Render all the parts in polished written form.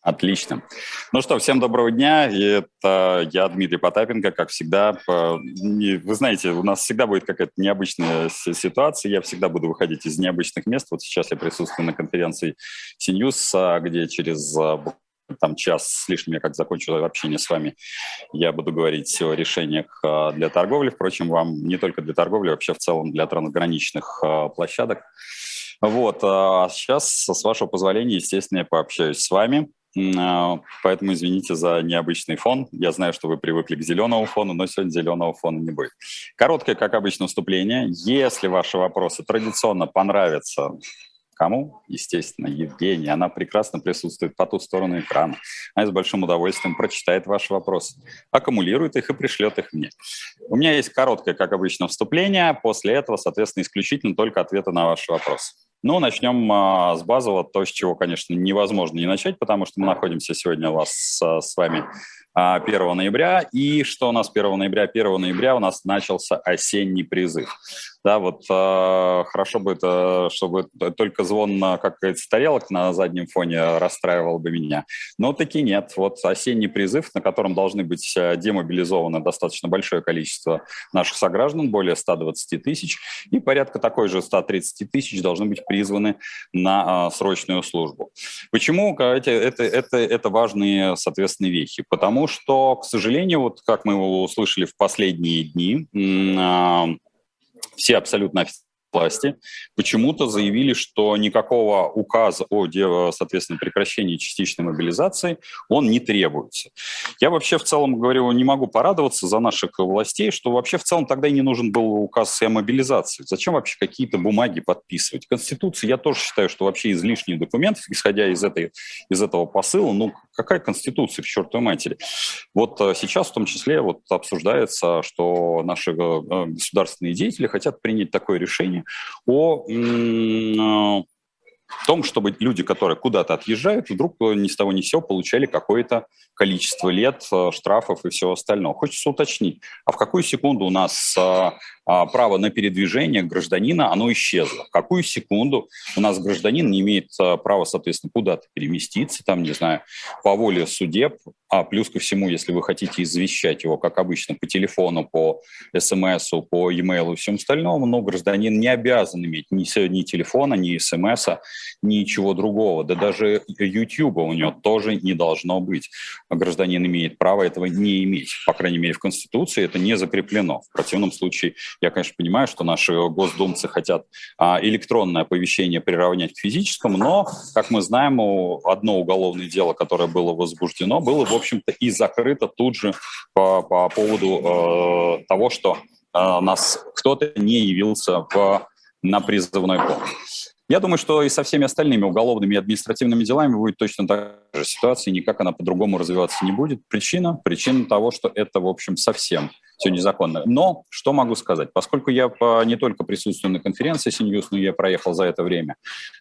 Отлично. Ну что, всем доброго дня. И это я, Дмитрий Потапенко, как всегда. Вы знаете, у нас всегда будет какая-то необычная ситуация. Я всегда буду выходить из необычных мест. Вот сейчас я присутствую на конференции CNews, где через час с лишним, я как закончу общение с вами, я буду говорить о решениях для торговли. Впрочем, вам не только для торговли, вообще в целом для трансграничных площадок. Вот, а сейчас, с вашего позволения, естественно, я пообщаюсь с вами. Поэтому извините за необычный фон. Я знаю, что вы привыкли к зеленому фону, но сегодня зеленого фона не будет. Короткое, как обычно, вступление. Если ваши вопросы традиционно понравятся кому? Естественно, Евгении. Она прекрасно присутствует по ту сторону экрана. Она с большим удовольствием прочитает ваши вопросы, аккумулирует их и пришлет их мне. У меня есть короткое, как обычно, вступление. После этого, соответственно, исключительно только ответы на ваши вопросы. Ну, начнем с базового, то, с чего, конечно, невозможно не начать, потому что мы находимся сегодня у вас с вами 1 ноября. И что у нас 1 ноября? 1 ноября у нас начался осенний призыв. Да, вот хорошо бы это, чтобы только звон, как говорится, тарелок на заднем фоне расстраивал бы меня. Но таки нет. Вот осенний призыв, на котором должны быть демобилизованы достаточно большое количество наших сограждан, более 120 тысяч, и порядка такой же 130 тысяч должны быть призваны на срочную службу. Почему? Это важные, соответственно, вехи. Потому что, к сожалению, вот как мы услышали в последние дни, все абсолютно официальные власти почему-то заявили, что никакого указа о, соответственно, прекращении частичной мобилизации он не требуется. Я вообще в целом говорю, не могу порадоваться за наших властей, что вообще в целом тогда и не нужен был указ о мобилизации. Зачем вообще какие-то бумаги подписывать? Конституция, я тоже считаю, что вообще излишний документ, исходя из этого посыла, ну какая Конституция, к чертовой матери? Вот сейчас в том числе вот обсуждается, что наши государственные деятели хотят принять такое решение о том, чтобы люди, которые куда-то отъезжают, вдруг ни с того ни с сего получали какое-то количество лет штрафов и всего остального. Хочется уточнить, а в какую секунду у нас право на передвижение гражданина, оно исчезло? В какую секунду у нас гражданин не имеет права, соответственно, куда-то переместиться, там, не знаю, по воле судеб, а плюс ко всему, если вы хотите извещать его, как обычно, по телефону, по СМСу, по e-mail и всему остальному, но гражданин не обязан иметь ни телефона, ни СМСа, ничего другого. Да даже YouTube у него тоже не должно быть. Гражданин имеет право этого не иметь. По крайней мере, в Конституции это не закреплено. В противном случае, я, конечно, понимаю, что наши госдумцы хотят электронное оповещение приравнять к физическому, но, как мы знаем, одно уголовное дело, которое было возбуждено, было, в общем-то, и закрыто тут же по поводу того, что нас кто-то не явился на призывной полк. Я думаю, что и со всеми остальными уголовными и административными делами будет точно такая же ситуация, и никак она по-другому развиваться не будет. Причина того, что это, в общем, совсем все незаконно. Но что могу сказать? Поскольку я не только присутствую на конференции CNews, но я проехал за это время,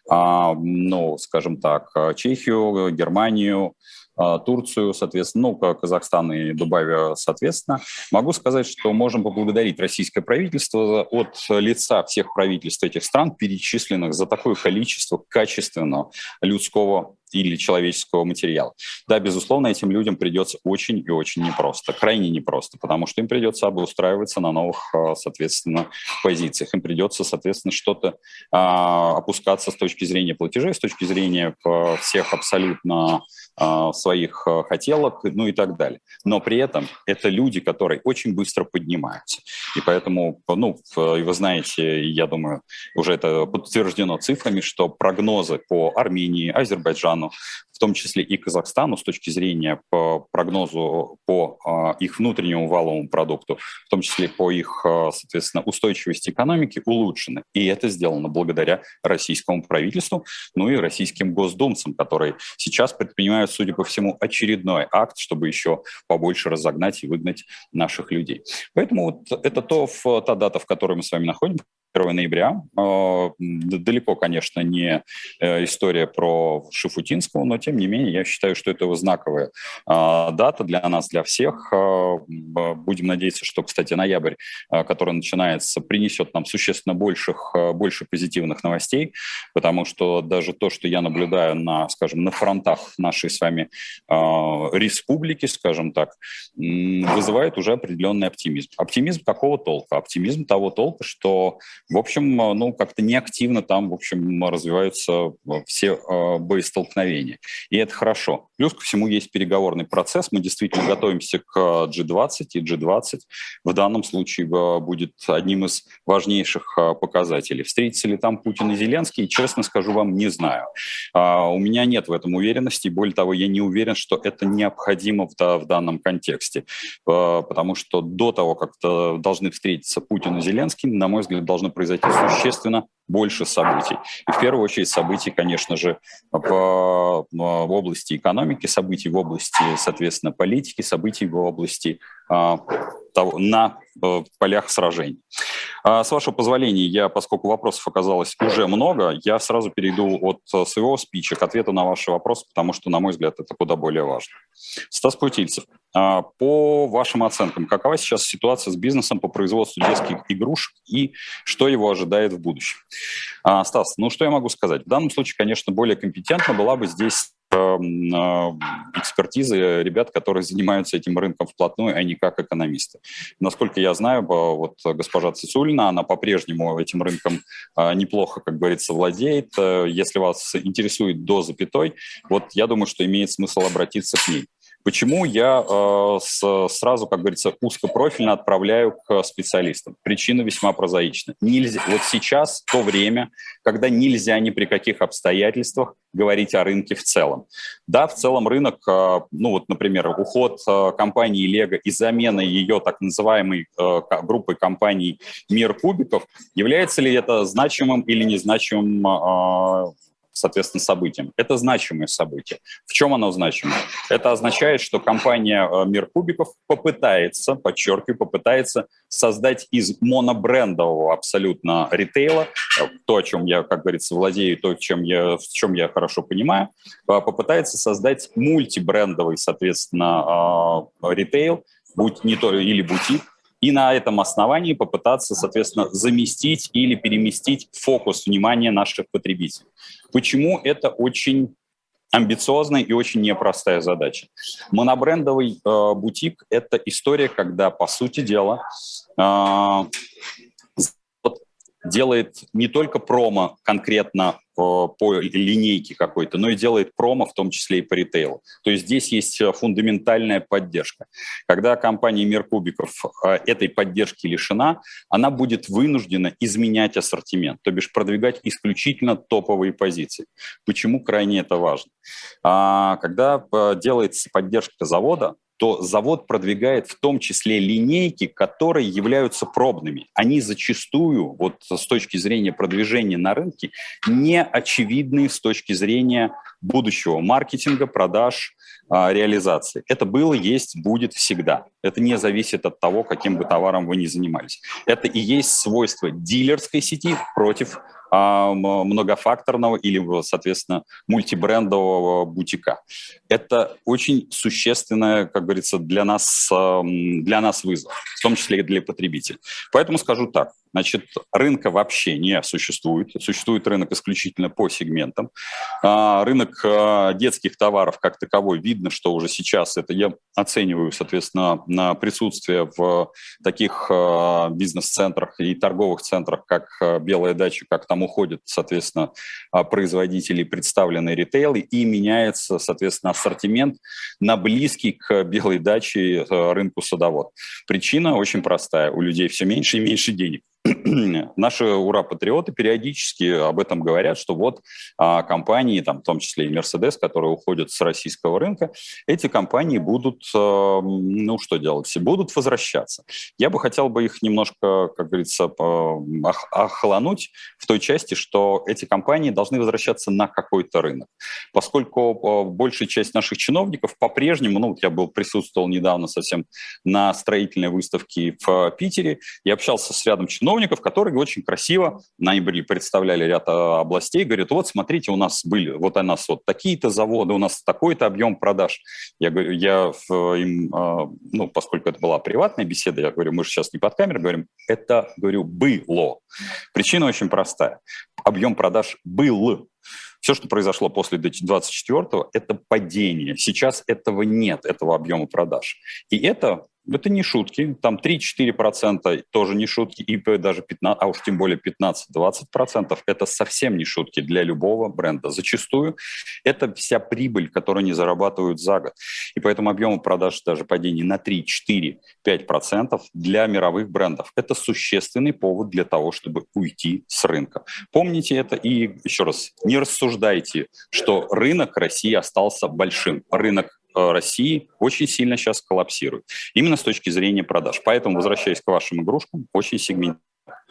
скажем так, Чехию, Германию, Турцию, соответственно, Казахстан и Дубай, соответственно, могу сказать, что можем поблагодарить российское правительство от лица всех правительств этих стран, перечисленных за такое количество качественного людского или человеческого материала. Да, безусловно, этим людям придется очень и очень непросто, крайне непросто, потому что им придется обустраиваться на новых, соответственно, позициях. Им придется, соответственно, что-то опускаться с точки зрения платежей, с точки зрения всех абсолютно своих хотелок, ну и так далее. Но при этом это люди, которые очень быстро поднимаются. И поэтому, вы знаете, я думаю, уже это подтверждено цифрами, что прогнозы по Армении, Азербайджану, в том числе и Казахстану, с точки зрения по прогнозу по их внутреннему валовому продукту, в том числе по их, соответственно, устойчивости экономики, улучшены. И это сделано благодаря российскому правительству, ну и российским госдумцам, которые сейчас предпринимают, судя по всему, очередной акт, чтобы еще побольше разогнать и выгнать наших людей. Поэтому вот это та дата, в которой мы с вами находимся. 1 ноября. Далеко, конечно, не история про Шафутинского, но, тем не менее, я считаю, что это знаковая дата для нас, для всех. Будем надеяться, что, кстати, ноябрь, который начинается, принесет нам существенно больше позитивных новостей, потому что даже то, что я наблюдаю скажем, на фронтах нашей с вами республики, скажем так, вызывает уже определенный оптимизм. Оптимизм какого толка? Оптимизм того толка, что в общем, как-то неактивно там, в общем, развиваются все боестолкновения. И это хорошо. Плюс ко всему есть переговорный процесс. Мы действительно готовимся к G20, и G20 в данном случае будет одним из важнейших показателей. Встретятся ли там Путин и Зеленский, честно скажу вам, не знаю. У меня нет в этом уверенности. Более того, я не уверен, что это необходимо в данном контексте. Потому что до того, как должны встретиться Путин и Зеленский, на мой взгляд, должно произойти существенно больше событий. И в первую очередь событий, конечно же, в области экономики, событий в области, соответственно, политики, событий в области на полях сражений. С вашего позволения, поскольку вопросов оказалось уже много, я сразу перейду от своего спича к ответу на ваши вопросы, потому что, на мой взгляд, это куда более важно. Стас Путильцев, по вашим оценкам, какова сейчас ситуация с бизнесом по производству детских игрушек и что его ожидает в будущем? Стас, что я могу сказать? В данном случае, конечно, более компетентна была бы здесь экспертизы ребят, которые занимаются этим рынком вплотную, а не как экономисты. Насколько я знаю, вот госпожа Цицулина, она по-прежнему этим рынком неплохо, как говорится, владеет. Если вас интересует до запятой, вот я думаю, что имеет смысл обратиться к ней. Почему я сразу, как говорится, узкопрофильно отправляю к специалистам? Причина весьма прозаична. Нельзя, вот сейчас то время, когда нельзя ни при каких обстоятельствах говорить о рынке в целом. Да, в целом рынок, например, уход компании Lego и замена ее так называемой группой компаний «Мир кубиков», является ли это значимым или незначимым соответственно, событием. Это значимое событие. В чем оно значимое? Это означает, что компания «Мир кубиков» попытается создать из монобрендового абсолютно ритейла, то, о чем я, как говорится, владею, то, в чем я хорошо понимаю, попытается создать мультибрендовый, соответственно, ритейл, или бутик, и на этом основании попытаться, соответственно, заместить или переместить фокус внимания наших потребителей. Почему это очень амбициозная и очень непростая задача? Монобрендовый бутик – это история, когда, по сути дела, делает не только промо конкретно по линейке какой-то, но и делает промо в том числе и по ритейлу. То есть здесь есть фундаментальная поддержка. Когда компания «Мир кубиков» этой поддержки лишена, она будет вынуждена изменять ассортимент, то бишь продвигать исключительно топовые позиции. Почему крайне это важно? Когда делается поддержка завода, то завод продвигает в том числе линейки, которые являются пробными. Они зачастую, вот с точки зрения продвижения на рынке, не очевидны с точки зрения будущего маркетинга, продаж, реализации. Это было, есть, будет всегда. Это не зависит от того, каким бы товаром вы ни занимались. Это и есть свойство дилерской сети против многофакторного или, соответственно, мультибрендового бутика. Это очень существенное, как говорится, для нас вызов, в том числе и для потребителей. Поэтому скажу так. Значит, рынка вообще не существует. Существует рынок исключительно по сегментам. Рынок детских товаров как таковой, видно, что уже сейчас это я оцениваю, соответственно, на присутствие в таких бизнес-центрах и торговых центрах, как «Белая дача», как там уходят, соответственно, производители, представленные ритейлы, и меняется, соответственно, ассортимент на близкий к «Белой даче» рынку садовод. Причина очень простая. У людей все меньше и меньше денег. Наши ура-патриоты периодически об этом говорят, что вот компании, там, в том числе и Mercedes, которые уходят с российского рынка, эти компании будут, что делать? Будут возвращаться. Я бы хотел их немножко, как говорится, охлонуть в той части, что эти компании должны возвращаться на какой-то рынок. Поскольку большая часть наших чиновников по-прежнему, я присутствовал недавно совсем на строительной выставке в Питере, я общался с рядом чиновников, чиновников, которые очень красиво представляли ряд областей, говорят, вот смотрите, у нас вот такие-то заводы, у нас такой-то объем продаж. Я говорю, поскольку это была приватная беседа, я говорю, мы же сейчас не под камерой говорим, это, говорю, было. Причина очень простая. Объем продаж был. Все, что произошло после 24-го, это падение. Сейчас этого нет, этого объема продаж. И это не шутки. Там 3-4% тоже не шутки, и даже 15%, а уж тем более 15-20% это совсем не шутки для любого бренда. Зачастую это вся прибыль, которую они зарабатывают за год. И поэтому объемы продаж даже падение на 3-4-5% для мировых брендов. Это существенный повод для того, чтобы уйти с рынка. Помните это и еще раз, не рассуждайте, что рынок России остался большим. Рынок России очень сильно сейчас коллапсирует. Именно с точки зрения продаж. Поэтому, возвращаясь к вашим игрушкам, очень сегментированно.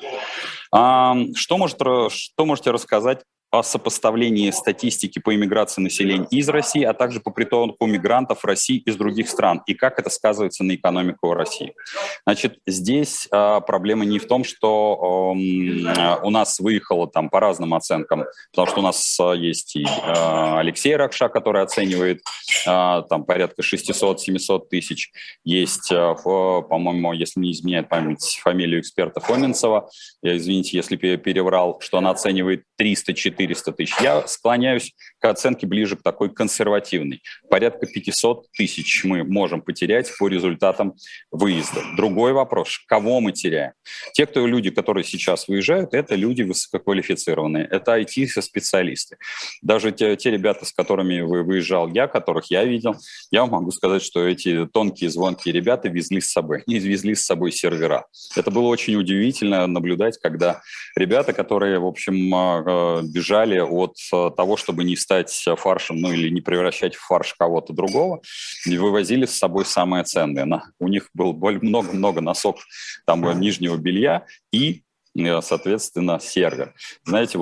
Что можете рассказать о сопоставлении статистики по иммиграции населения из России, а также по притоку мигрантов в России из других стран, и как это сказывается на экономику России? Значит, здесь проблема не в том, что у нас выехало там по разным оценкам, потому что у нас есть и Алексей Ракша, который оценивает там порядка 600-700 тысяч, есть, по-моему, если не изменяет память, фамилию эксперта Фоменцева, извините, если переврал, что она оценивает 300-400 тысяч. Я склоняюсь к оценке ближе к такой консервативной. Порядка 500 тысяч мы можем потерять по результатам выезда. Другой вопрос, кого мы теряем? Люди, которые сейчас выезжают, это люди высококвалифицированные, это IT-специалисты. Даже те ребята, с которыми выезжал я, которых я видел, я вам могу сказать, что эти тонкие, звонкие ребята везли с собой сервера. Это было очень удивительно наблюдать, когда ребята, которые, в общем, бежали от того, чтобы не стать фаршем, или не превращать в фарш кого-то другого, и вывозили с собой самое ценное. У них было много носок там нижнего белья и, соответственно, сервер. Знаете,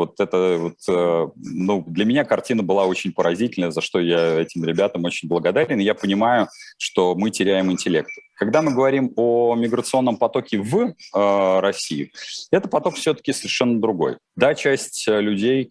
для меня картина была очень поразительная, за что я этим ребятам очень благодарен. И я понимаю, что мы теряем интеллект. Когда мы говорим о миграционном потоке в Россию, это поток все-таки совершенно другой. Да, часть людей,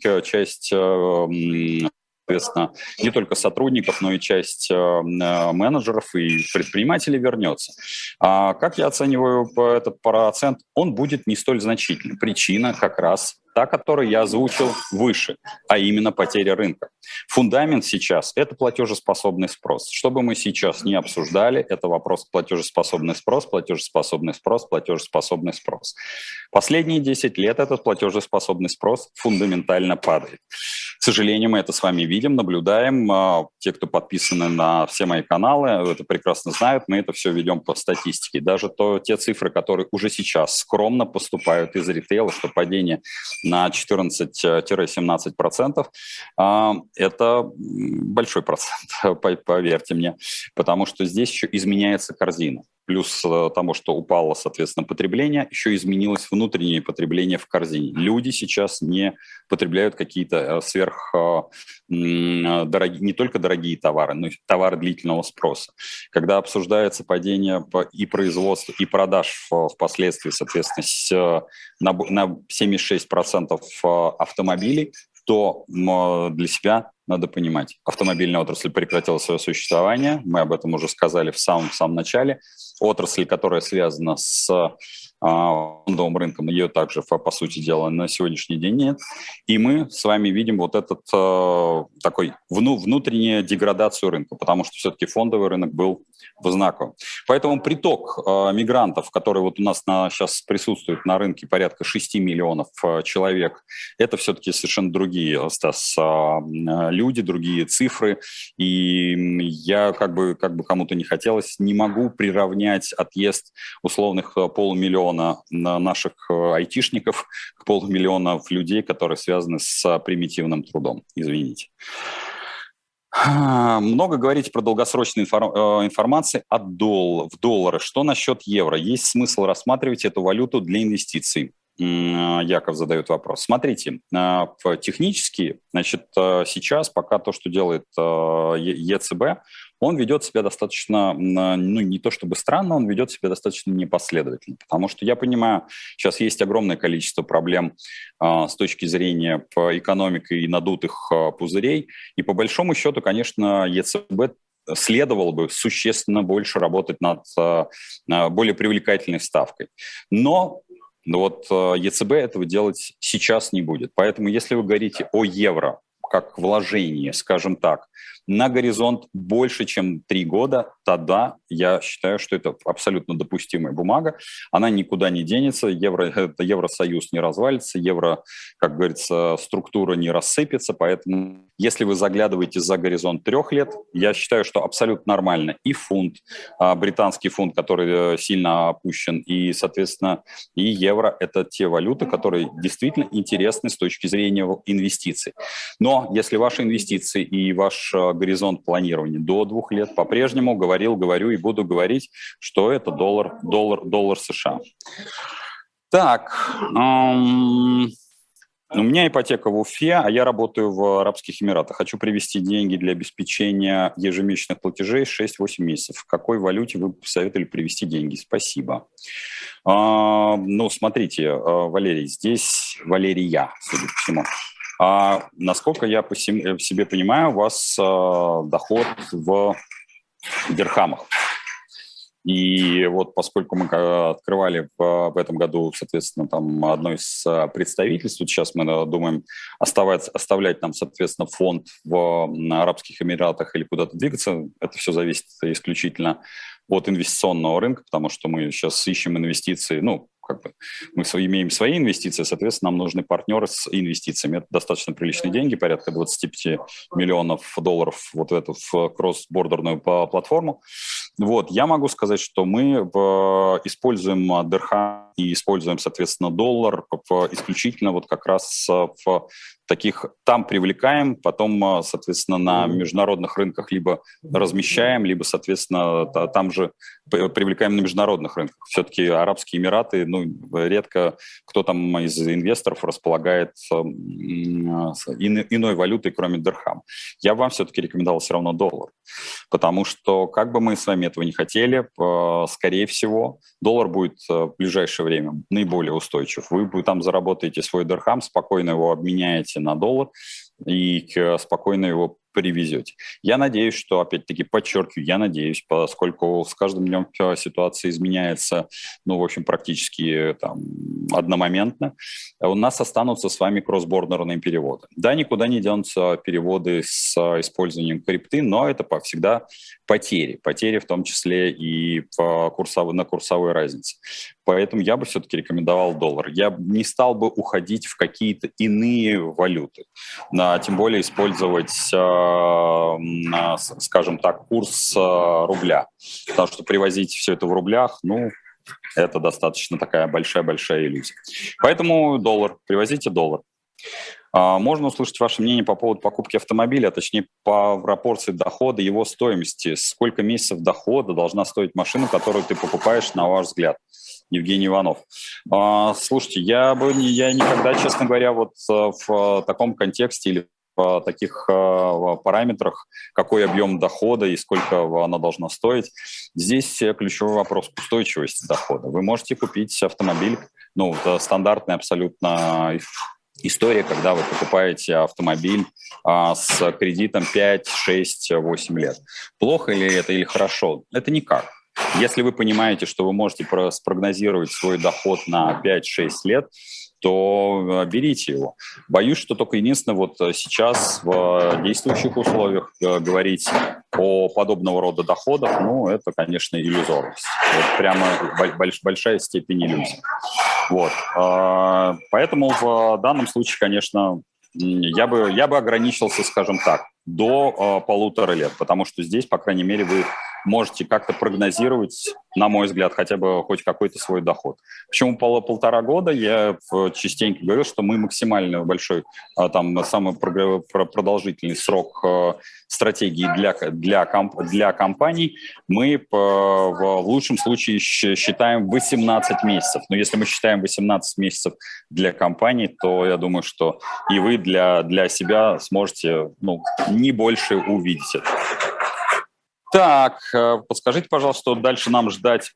соответственно, не только сотрудников, но и часть менеджеров и предпринимателей вернется. Как я оцениваю этот процент? Он будет не столь значительный. Причина как раз та, которую я озвучил выше, а именно потеря рынка. Фундамент сейчас – это платежеспособный спрос. Что бы мы сейчас не обсуждали, это вопрос платежеспособный спрос, платежеспособный спрос, платежеспособный спрос. Последние 10 лет этот платежеспособный спрос фундаментально падает. К сожалению, мы это с вами видим, наблюдаем. Те, кто подписаны на все мои каналы, это прекрасно знают, мы это все ведем по статистике. Даже те цифры, которые уже сейчас скромно поступают из ритейла, что падение на 14-17%, это большой процент, поверьте мне, потому что здесь еще изменяется корзина. Плюс тому, что упало, соответственно, потребление, еще изменилось внутреннее потребление в корзине. Люди сейчас не потребляют какие-то не только дорогие товары, но и товары длительного спроса. Когда обсуждается падение и производства, и продаж впоследствии, соответственно, на 76% автомобилей, то для себя надо понимать, автомобильная отрасль прекратила свое существование, мы об этом уже сказали в самом начале. Отрасль, которая связана с фондовым рынком, ее также, по сути дела, на сегодняшний день нет. И мы с вами видим вот этот такой внутреннюю деградацию рынка, потому что все-таки фондовый рынок был знаковым. Поэтому приток мигрантов, которые вот у нас сейчас присутствуют на рынке, порядка 6 миллионов человек, это все-таки совершенно другие, Стас, люди, другие цифры. И я, как бы кому-то не хотелось, не могу приравнять отъезд условных полумиллиона наших айтишников к полумиллиона людей, которые связаны с примитивным трудом. Извините. Много говорите про долгосрочную информацию в доллары. Что насчет евро? Есть смысл рассматривать эту валюту для инвестиций? Яков задает вопрос. Смотрите, технически, значит, сейчас пока то, что делает ЕЦБ, он ведет себя достаточно, ну, не то чтобы странно, он ведет себя достаточно непоследовательно, потому что я понимаю, сейчас есть огромное количество проблем с точки зрения экономики и надутых пузырей, и по большому счету, конечно, ЕЦБ следовало бы существенно больше работать над более привлекательной ставкой. Но вот ЕЦБ этого делать сейчас не будет. Поэтому если вы говорите о евро как вложении, скажем так, на горизонт больше, чем 3 года, тогда я считаю, что это абсолютно допустимая бумага. Она никуда не денется, Евросоюз не развалится, евро, как говорится, структура не рассыпется. Поэтому если вы заглядываете за горизонт 3 лет, я считаю, что абсолютно нормально. И фунт, британский фунт, который сильно опущен, и, соответственно, и евро – это те валюты, которые действительно интересны с точки зрения инвестиций. Но если ваши инвестиции и ваш горизонт планирования до 2 лет, по-прежнему говорю и буду говорить, что это доллар США. Так, у меня ипотека в Уфе, а я работаю в Арабских Эмиратах. Хочу привести деньги для обеспечения ежемесячных платежей 6-8 месяцев. В какой валюте вы посоветовали привести деньги? Спасибо. Ну, смотрите, Валерий, здесь Валерия, судя по всему. Насколько я по себе понимаю, у вас доход в дирхамах. И вот поскольку мы открывали в этом году, соответственно, там одно из представительств, вот сейчас мы думаем оставлять там, соответственно, фонд в Арабских Эмиратах или куда-то двигаться, это все зависит исключительно от инвестиционного рынка, потому что мы сейчас ищем инвестиции, ну, как бы мы имеем свои инвестиции, соответственно, нам нужны партнеры с инвестициями. Это достаточно приличные деньги, порядка 25 миллионов долларов вот в эту в кросс-бордерную платформу. Вот, я могу сказать, что мы используем дирхам и используем, соответственно, доллар исключительно вот как раз в таких, там привлекаем, потом, соответственно, на международных рынках либо размещаем, либо, соответственно, там же привлекаем на международных рынках. Все-таки Арабские Эмираты, ну, редко кто там из инвесторов располагает иной валютой, кроме дирхам. Я бы вам все-таки рекомендовал все равно доллар, потому что, как бы мы с вами этого не хотели, скорее всего, доллар будет в ближайшее время наиболее устойчив. Вы там заработаете свой дирхам, спокойно его обменяете на доллар и спокойно его привезете. Я надеюсь, что, опять-таки, подчеркиваю, я надеюсь, поскольку с каждым днем ситуация изменяется, ну, в общем, практически там одномоментно, у нас останутся с вами кросс-бордерные переводы. Да, никуда не денутся переводы с использованием крипты, но это всегда потери в том числе и на курсовой разнице. Поэтому я бы все-таки рекомендовал доллар. Я не стал бы уходить в какие-то иные валюты, тем более использовать, скажем так, курс рубля. Потому что привозить все это в рублях, ну, это достаточно такая большая-большая иллюзия. Поэтому доллар, привозите доллар. Можно услышать ваше мнение по поводу покупки автомобиля, а точнее по пропорции дохода и его стоимости. Сколько месяцев дохода должна стоить машина, которую ты покупаешь, на ваш взгляд? Евгений Иванов. Слушайте, я никогда, честно говоря, вот в таком контексте или в таких параметрах, какой объем дохода и сколько она должна стоить. Здесь ключевой вопрос – устойчивости дохода. Вы можете купить автомобиль, ну, это стандартная абсолютно история, когда вы покупаете автомобиль с кредитом 5, 6, 8 лет. Плохо ли это или хорошо? Это никак. Если вы понимаете, что вы можете спрогнозировать свой доход на 5-6 лет, то берите его. Боюсь, что только единственное, вот сейчас в действующих условиях говорить о подобного рода доходах, ну, это, конечно, иллюзорность. Это прямо большая степень иллюзии. Вот. Поэтому в данном случае, конечно, я бы ограничился, скажем так, до 1,5 лет, потому что здесь, по крайней мере, вы можете как-то прогнозировать, на мой взгляд, хотя бы хоть какой-то свой доход. Почему полтора года? Я частенько говорил, что мы максимально большой, там, самый продолжительный срок стратегии для компаний мы в лучшем случае считаем 18 месяцев. Но если мы считаем 18 месяцев для компаний, то я думаю, что и вы для себя сможете не больше увидеть это. Так, подскажите, пожалуйста, что дальше нам ждать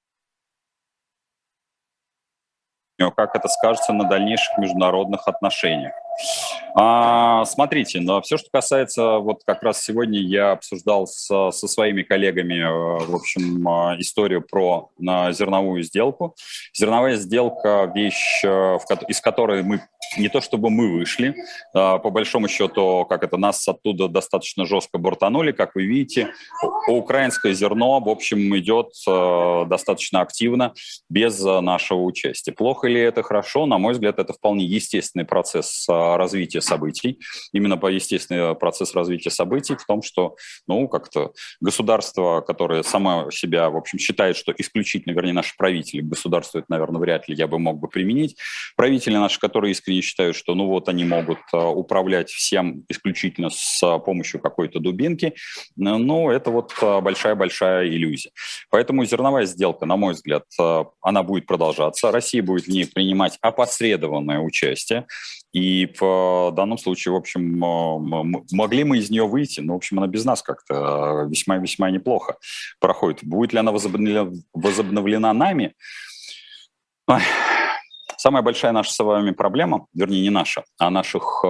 как это скажется на дальнейших международных отношениях. Смотрите, но все, что касается, вот как раз сегодня я обсуждал со своими коллегами, в общем, историю про зерновую сделку. Зерновая сделка – вещь, из которой мы не то чтобы мы вышли, по большому счету, нас оттуда достаточно жестко бортанули, как вы видите. Украинское зерно, в общем, идет достаточно активно, без нашего участия. Плохо ли это, хорошо? На мой взгляд, это вполне естественный процесс развития событий. Именно естественный процесс развития событий в том, что, государство, которое само себя, в общем, считает, что исключительно, вернее, наши правители, государство это, наверное, вряд ли я бы мог бы применить, правители наши, которые искренне считают, что, они могут управлять всем исключительно с помощью какой-то дубинки, это большая-большая иллюзия. Поэтому зерновая сделка, на мой взгляд, она будет продолжаться. Россия будет в ней принимать опосредованное участие. И в данном случае, в общем, могли мы из нее выйти, но, в общем, она без нас как-то весьма-весьма неплохо проходит. Будет ли она возобновлена нами? Самая большая наша с вами проблема, вернее, не наша, а наших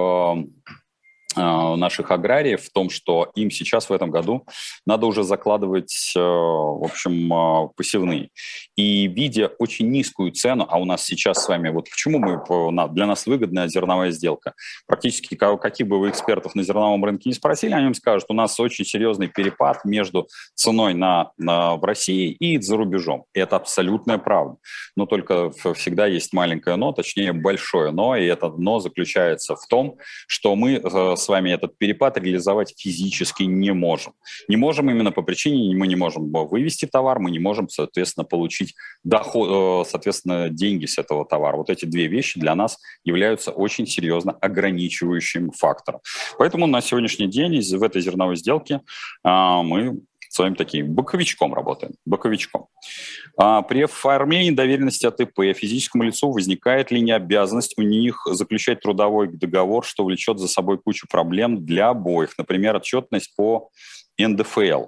аграриев в том, что им сейчас в этом году надо уже закладывать, в общем, посевные. И видя очень низкую цену, а у нас сейчас с вами, почему для нас выгодная зерновая сделка? Практически каких бы вы экспертов на зерновом рынке не спросили, они им скажут, у нас очень серьезный перепад между ценой в России и за рубежом. И это абсолютная правда. Но только всегда есть маленькое но, точнее большое но, и это но заключается в том, что мы с вами этот перепад реализовать физически не можем. Не можем именно по причине, мы не можем вывести товар, мы не можем, соответственно, получить доход, соответственно, деньги с этого товара. Вот эти две вещи для нас являются очень серьезно ограничивающим фактором. Поэтому на сегодняшний день в этой зерновой сделке мы с вами таким боковичком работаем. Боковичком. При оформлении доверенности АТП физическому лицу возникает ли необязанность у них заключать трудовой договор, что влечет за собой кучу проблем для обоих, например, отчетность по НДФЛ.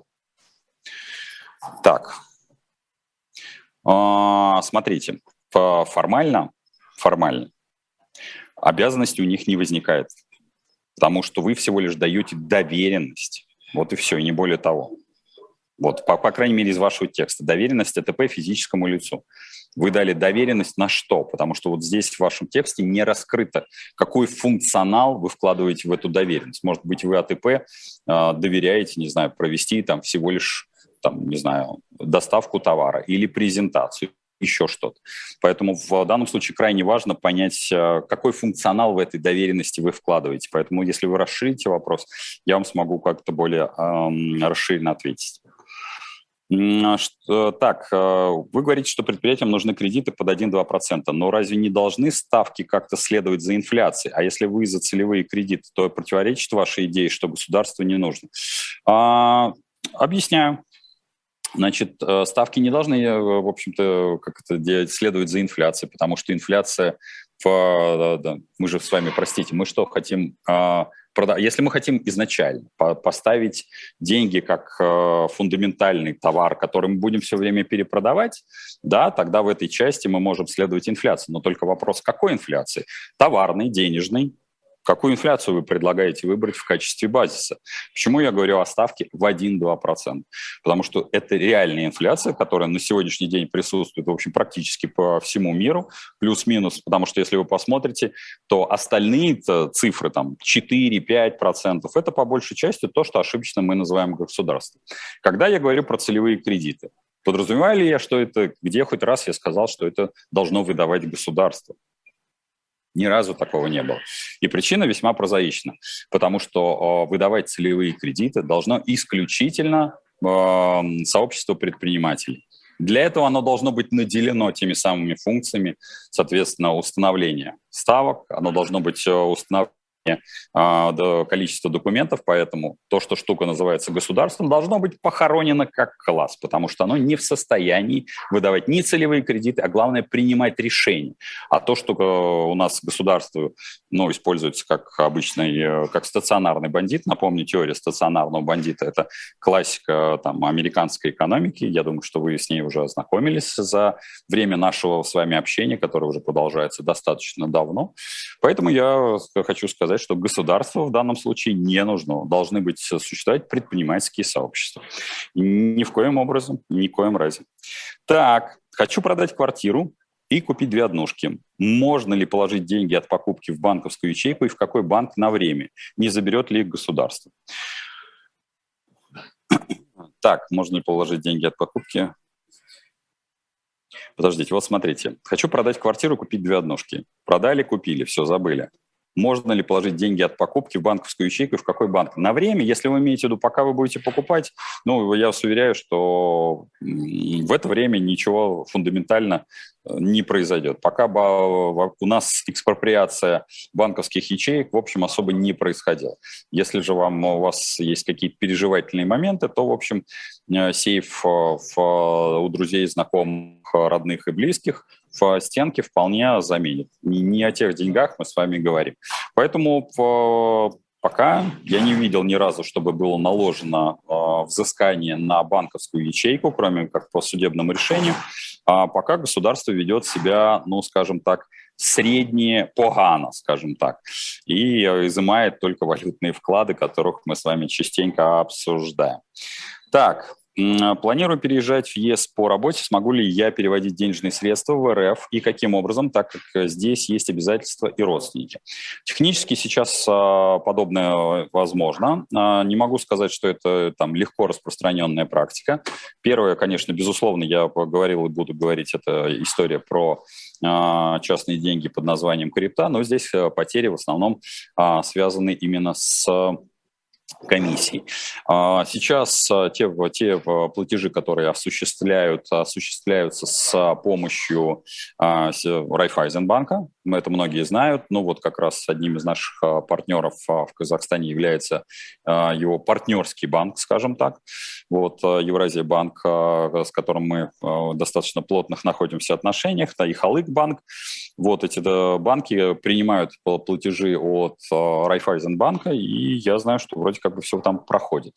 Так, смотрите, формально обязанности у них не возникает, потому что вы всего лишь даете доверенность. Вот и все, и не более того. Вот, по крайней мере, из вашего текста. Доверенность АТП физическому лицу. Вы дали доверенность на что? Потому что вот здесь в вашем тексте не раскрыто, какой функционал вы вкладываете в эту доверенность. Может быть, вы АТП доверяете, не знаю, провести там всего лишь, не знаю, доставку товара или презентацию, еще что-то. Поэтому в данном случае крайне важно понять, какой функционал в этой доверенности вы вкладываете. Поэтому если вы расширите вопрос, я вам смогу как-то более расширенно ответить. Так, вы говорите, что предприятиям нужны кредиты под 1-2%, но разве не должны ставки как-то следовать за инфляцией? А если вы за целевые кредиты, то противоречит вашей идее, что государству не нужно? Объясняю. Значит, ставки не должны, в общем-то, следовать за инфляцией, потому что инфляция, мы же с вами, простите, мы что хотим... Если мы хотим изначально поставить деньги как фундаментальный товар, который мы будем все время перепродавать, да, тогда в этой части мы можем следовать инфляции. Но только вопрос, какой инфляции? Товарной, денежной. Какую инфляцию вы предлагаете выбрать в качестве базиса? Почему я говорю о ставке в 1-2%? Потому что это реальная инфляция, которая на сегодняшний день присутствует, в общем, практически по всему миру, плюс-минус, потому что если вы посмотрите, то остальные цифры, 4-5%, это по большей части то, что ошибочно мы называем государством. Когда я говорю про целевые кредиты, подразумеваю ли я, что это, где хоть раз я сказал, что это должно выдавать государство? Ни разу такого не было. И причина весьма прозаична, потому что выдавать целевые кредиты должно исключительно сообщество предпринимателей. Для этого оно должно быть наделено теми самыми функциями, соответственно, установления ставок, оно должно быть установлено количество документов, поэтому то, что штука называется государством, должно быть похоронено как класс, потому что оно не в состоянии выдавать ни целевые кредиты, а главное принимать решения. А то, что у нас государство используется как обычный, как стационарный бандит, напомню, теория стационарного бандита – это классика американской экономики, я думаю, что вы с ней уже ознакомились за время нашего с вами общения, которое уже продолжается достаточно давно. Поэтому я хочу сказать, что государство в данном случае не нужно. Должны существовать предпринимательские сообщества. Ни в коем образом, ни в коем разе. Так, хочу продать квартиру и купить 2 однушки. Можно ли положить деньги от покупки в банковскую ячейку и в какой банк на время? Не заберет ли их государство? Так, можно ли положить деньги от покупки? Подождите, вот смотрите. Хочу продать квартиру, купить 2 однушки. Продали, купили, все, забыли. Можно ли положить деньги от покупки в банковскую ячейку и в какой банк? На время, если вы имеете в виду, пока вы будете покупать, я вас уверяю, что в это время ничего фундаментально не произойдет. Пока у нас экспроприация банковских ячеек, в общем, особо не происходила. Если же у вас есть какие-то переживательные моменты, то, в общем, сейф у друзей, знакомых, родных и близких в стенке вполне заменит. Не о тех деньгах мы с вами говорим. Поэтому пока я не видел ни разу, чтобы было наложено взыскание на банковскую ячейку, кроме как по судебному решению. А пока государство ведет себя, скажем так, среднее погано, скажем так, и изымает только валютные вклады, которых мы с вами частенько обсуждаем. Так, планирую переезжать в ЕС по работе. Смогу ли я переводить денежные средства в РФ и каким образом, так как здесь есть обязательства и родственники? Технически сейчас подобное возможно. Не могу сказать, что это легко распространенная практика. Первое, конечно, безусловно, я говорил и буду говорить, это история про частные деньги под названием крипта, но здесь потери в основном связаны именно с комиссий. Сейчас те платежи, которые осуществляются с помощью Райффайзенбанка, это многие знают, как раз одним из наших партнеров в Казахстане является его партнерский банк, скажем так, Евразия банк, с которым мы достаточно плотных находимся в отношениях, и Халык банк. Эти банки принимают платежи от Райффайзенбанка, и я знаю, что вроде как бы все там проходит.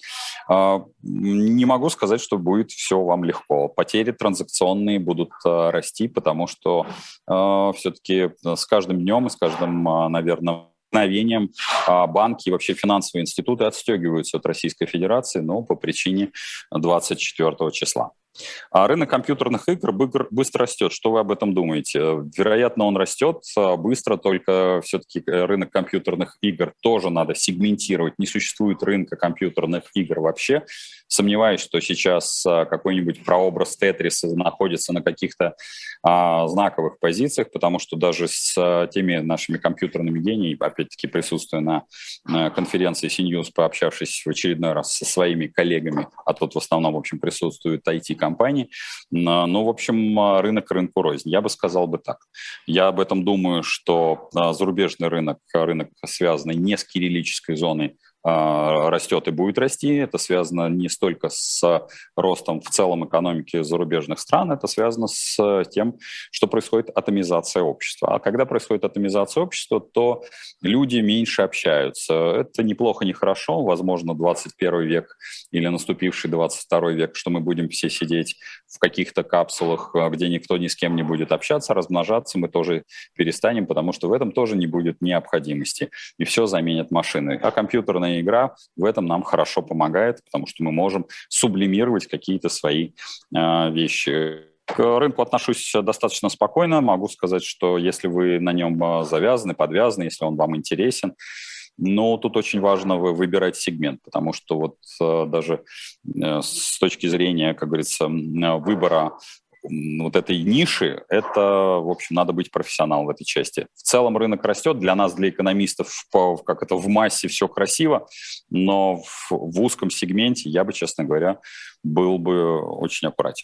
Не могу сказать, что будет все вам легко. Потери транзакционные будут расти, потому что все-таки с каждым днем и с каждым, наверное, мгновением банки и вообще финансовые институты отстегиваются от Российской Федерации, по причине 24 числа. А рынок компьютерных игр быстро растет. Что вы об этом думаете? Вероятно, он растет быстро, только все-таки рынок компьютерных игр тоже надо сегментировать. Не существует рынка компьютерных игр вообще. Сомневаюсь, что сейчас какой-нибудь прообраз Тетриса находится на каких-то знаковых позициях, потому что даже с теми нашими компьютерными гениями, опять-таки присутствуя на конференции CNews, пообщавшись в очередной раз со своими коллегами, а тут в основном, в общем, присутствуют IT-компании, в общем, рынок рынку рознь. Я бы сказал бы так. Я об этом думаю, что зарубежный рынок, связанный не с кириллической зоной, растет и будет расти. Это связано не столько с ростом в целом экономики зарубежных стран, это связано с тем, что происходит атомизация общества. А когда происходит атомизация общества, то люди меньше общаются. Это неплохо, не хорошо. Возможно, 21 век или наступивший 22 век, что мы будем все сидеть в каких-то капсулах, где никто ни с кем не будет общаться, размножаться мы тоже перестанем, потому что в этом тоже не будет необходимости. И все заменят машины. А компьютерная игра в этом нам хорошо помогает, потому что мы можем сублимировать какие-то свои вещи. К рынку отношусь достаточно спокойно. Могу сказать, что если вы на нем завязаны, подвязаны, если он вам интересен, но тут очень важно выбирать сегмент, потому что даже с точки зрения, как говорится, выбора вот этой ниши, это, в общем, надо быть профессионалом в этой части. В целом рынок растет, для нас, для экономистов, как это в массе все красиво, но в узком сегменте я бы, честно говоря, был бы очень аккуратен.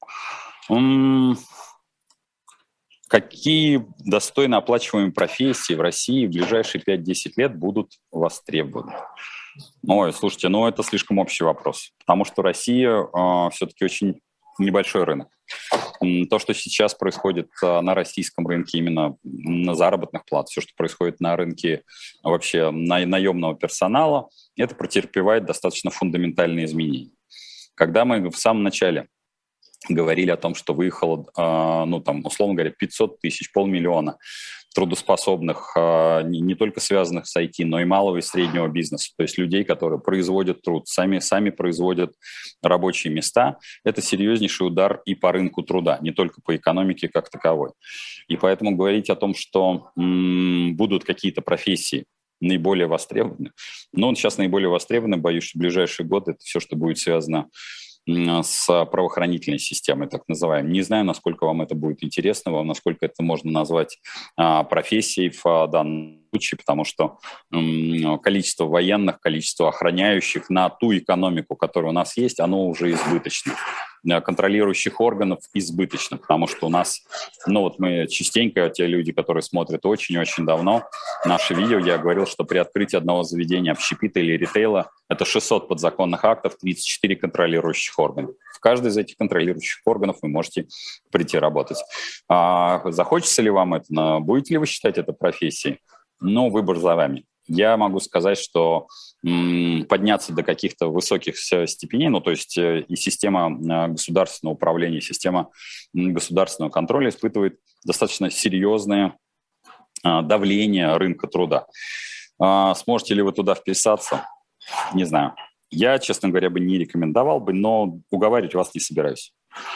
Какие достойно оплачиваемые профессии в России в ближайшие 5-10 лет будут востребованы? Ой, слушайте, это слишком общий вопрос, потому что Россия все-таки очень небольшой рынок. То, что сейчас происходит на российском рынке именно на заработных плат, все, что происходит на рынке вообще наемного персонала, это претерпевает достаточно фундаментальные изменения. Когда мы в самом начале говорили о том, что выехало, условно говоря, 500 тысяч, 500 000 трудоспособных, не только связанных с IT, но и малого и среднего бизнеса, то есть людей, которые производят труд, сами производят рабочие места, это серьезнейший удар и по рынку труда, не только по экономике как таковой. И поэтому говорить о том, что будут какие-то профессии наиболее востребованы, сейчас наиболее востребованы, боюсь, что в ближайшие годы это все, что будет связано с правоохранительной системой, так называемой. Не знаю, насколько вам это будет интересно, насколько это можно назвать профессией в данном случае, потому что количество военных, количество охраняющих на ту экономику, которая у нас есть, оно уже избыточно. Контролирующих органов избыточно, потому что у нас, мы частенько, те люди, которые смотрят очень-очень давно наши видео, я говорил, что при открытии одного заведения общепита или ритейла это 600 подзаконных актов, 34 контролирующих органов. В каждый из этих контролирующих органов вы можете прийти работать. Захочется ли вам это? Будете ли вы считать это профессией? Выбор за вами. Я могу сказать, что подняться до каких-то высоких степеней, то есть и система государственного управления, система государственного контроля испытывает достаточно серьезное давление рынка труда. Сможете ли вы туда вписаться? Не знаю. Я, честно говоря, бы не рекомендовал бы, но уговаривать вас не собираюсь.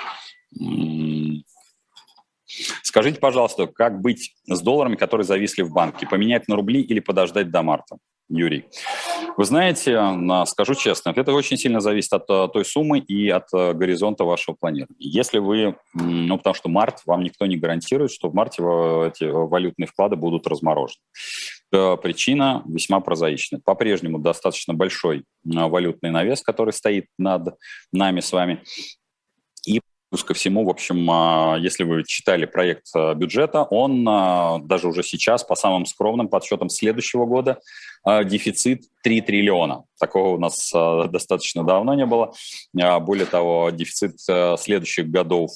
Скажите, пожалуйста, как быть с долларами, которые зависли в банке? Поменять на рубли или подождать до марта? Юрий. Вы знаете, скажу честно, это очень сильно зависит от той суммы и от горизонта вашего планирования. Если вы, потому что март, вам никто не гарантирует, что в марте эти валютные вклады будут разморожены. Причина весьма прозаичная. По-прежнему достаточно большой валютный навес, который стоит над нами с вами. И плюс ко всему, в общем, если вы читали проект бюджета, он даже уже сейчас, по самым скромным подсчетам следующего года, дефицит 3 триллиона. Такого у нас достаточно давно не было. Более того, дефицит следующих годов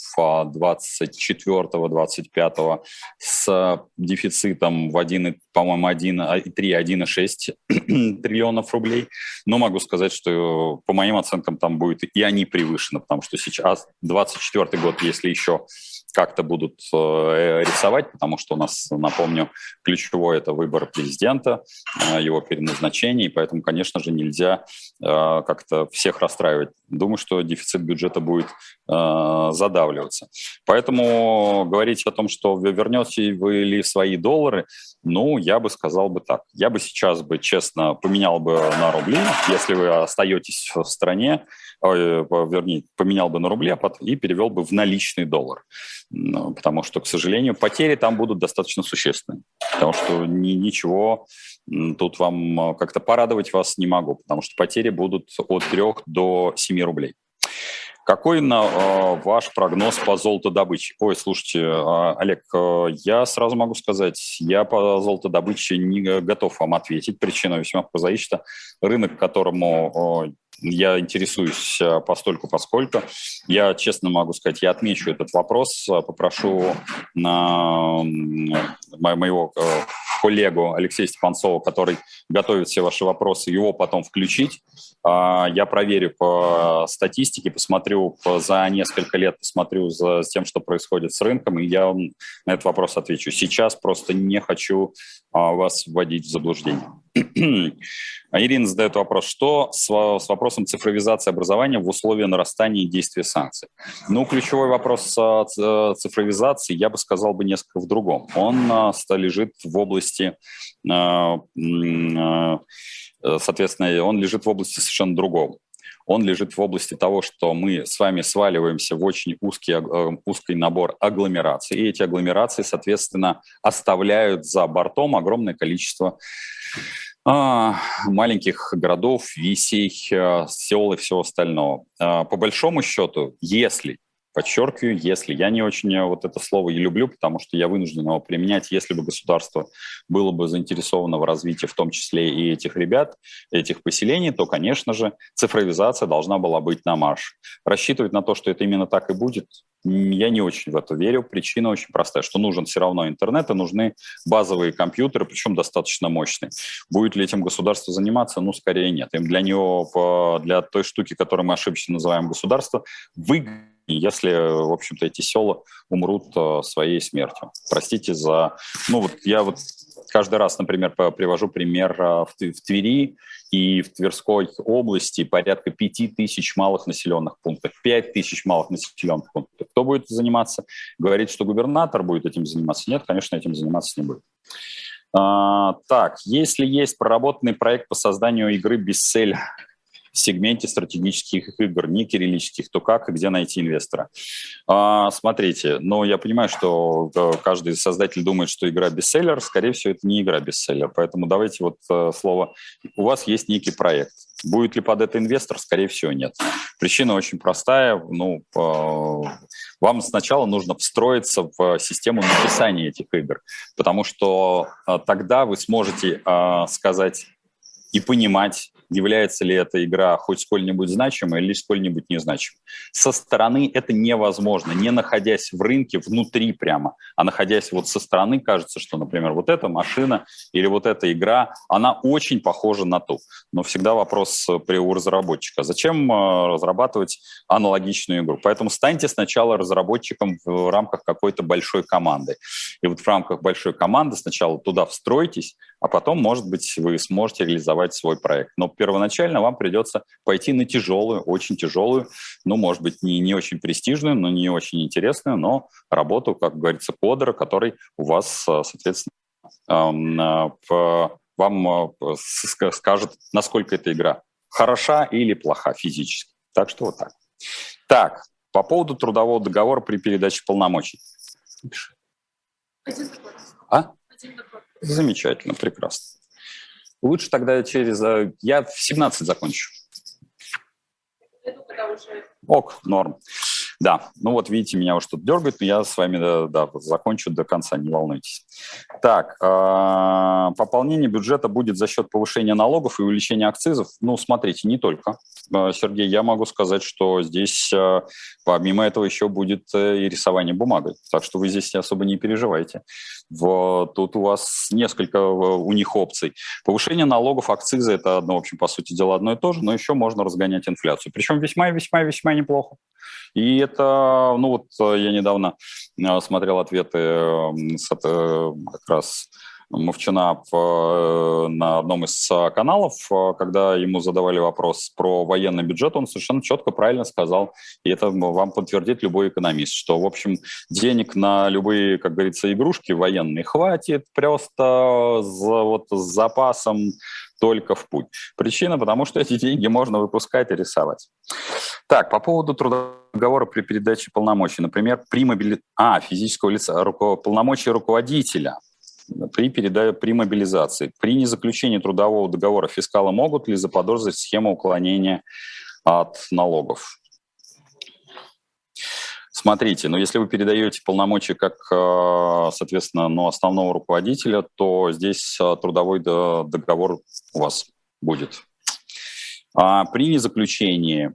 24-25 с дефицитом в 1,3-1,6 триллионов рублей. Но могу сказать, что по моим оценкам там будет и они превышены, потому что сейчас 24 год, если еще как-то будут рисовать, потому что у нас, напомню, ключевой это выбор президента, его переназначение, и поэтому, конечно же, нельзя как-то всех расстраивать. Думаю, что дефицит бюджета будет задавливаться. Поэтому говорить о том, что вы вернете вы ли свои доллары, я бы сказал бы так. Я бы сейчас честно поменял бы на рубли, если вы остаетесь в стране, поменял бы на рубли и перевел бы в наличный доллар. Потому что, к сожалению, потери там будут достаточно существенные. Потому что ничего тут вам как-то порадовать вас не могу, потому что потери будут от 3 до 7 рублей. Какой ваш прогноз по золотодобыче? Ой, слушайте, Олег, я сразу могу сказать, я по золотодобыче не готов вам ответить. Причина весьма прозаична. Рынок, которому я интересуюсь постольку-поскольку. Я честно могу сказать, я отмечу этот вопрос, попрошу моего коллегу Алексея Степанцова, который готовит все ваши вопросы, его потом включить. Я проверю по статистике, посмотрю за несколько лет, посмотрю за тем, что происходит с рынком, и я вам на этот вопрос отвечу. Сейчас просто не хочу вас вводить в заблуждение. Ирина задает вопрос, что с вопросом цифровизации образования в условиях нарастания действия санкций? Ключевой вопрос цифровизации, я бы сказал несколько в другом. Он лежит в области, соответственно, он лежит в области совершенно другом. он лежит в области того, что мы с вами сваливаемся в очень узкий набор агломераций, и эти агломерации, соответственно, оставляют за бортом огромное количество маленьких городов, висей, сел и всего остального. По большому счету, если, подчеркиваю, если, я не очень вот это слово и люблю, потому что я вынужден его применять, если бы государство было бы заинтересовано в развитии в том числе и этих ребят, этих поселений, то, конечно же, цифровизация должна была быть на марш. Рассчитывать на то, что это именно так и будет, я не очень в это верю. Причина очень простая, что нужен все равно интернет, и нужны базовые компьютеры, причем достаточно мощные. Будет ли этим государство заниматься? Ну, скорее нет. Им для него, для той штуки, которую мы ошибочно называем государство, выгоднее, если, в общем-то, эти села умрут своей смертью. Простите за... Ну, вот я вот каждый раз, например, привожу пример в Твери и в Тверской области порядка 5000 малых населенных пунктов, 5000 малых населенных пунктов. Кто будет заниматься? Говорит, что губернатор будет этим заниматься? Нет, конечно, этим заниматься не будет. Так, если есть проработанный проект по созданию игры «Бестселлер» в сегменте стратегических игр, не кириллических, то как и где найти инвестора? Смотрите, но я понимаю, что каждый создатель думает, что игра бестселлер, скорее всего, это не игра бестселлер, поэтому давайте вот слово, у вас есть некий проект. Будет ли под это инвестор? Скорее всего, нет. Причина очень простая. Ну, вам сначала нужно встроиться в систему написания этих игр, потому что тогда вы сможете сказать и понимать, является ли эта игра хоть сколь-нибудь значимой или сколь-нибудь незначимой. Со стороны это невозможно, не находясь в рынке внутри прямо, а находясь вот со стороны, кажется, что, например, вот эта машина или вот эта игра, она очень похожа на ту. Но всегда вопрос у разработчика. Зачем разрабатывать аналогичную игру? Поэтому станьте сначала разработчиком в рамках какой-то большой команды. И вот в рамках большой команды сначала туда встройтесь, а потом, может быть, вы сможете реализовать свой проект. Но первоначально вам придется пойти на тяжелую, очень тяжелую, ну, может быть, не очень престижную, но не очень интересную, но работу, как говорится, кодера, который у вас, соответственно, вам скажет, насколько эта игра хороша или плоха физически. Так что вот так. Так, по поводу трудового договора при передаче полномочий. Замечательно, прекрасно. Лучше тогда я в 17 закончу. Ок, норм. Да, ну вот видите, меня уже тут дергает, но я с вами закончу до конца, не волнуйтесь. Так, пополнение бюджета будет за счет повышения налогов и увеличения акцизов? Ну, смотрите, не только. Сергей, я могу сказать, что здесь помимо этого еще будет и рисование бумагой, так что вы здесь особо не переживайте. Тут у вас несколько у них опций. Повышение налогов, акцизы – это, в общем, по сути дела, одно и то же, но еще можно разгонять инфляцию. Причем весьма неплохо. И это, ну вот я недавно смотрел ответы как раз Мовчана на одном из каналов, когда ему задавали вопрос про военный бюджет, он совершенно четко, правильно сказал, и это вам подтвердит любой экономист, что, в общем, денег на любые, как говорится, игрушки военные хватит просто с запасом только в путь. Причина, потому что эти деньги можно выпускать и рисовать. Так, по поводу трудоговора при передаче полномочий. Например, физического лица, полномочия руководителя при мобилизации. При незаключении трудового договора фискалы могут ли заподозрить схему уклонения от налогов? Смотрите, если вы передаете полномочия как, соответственно, основного руководителя, то здесь трудовой договор у вас будет. При незаключении,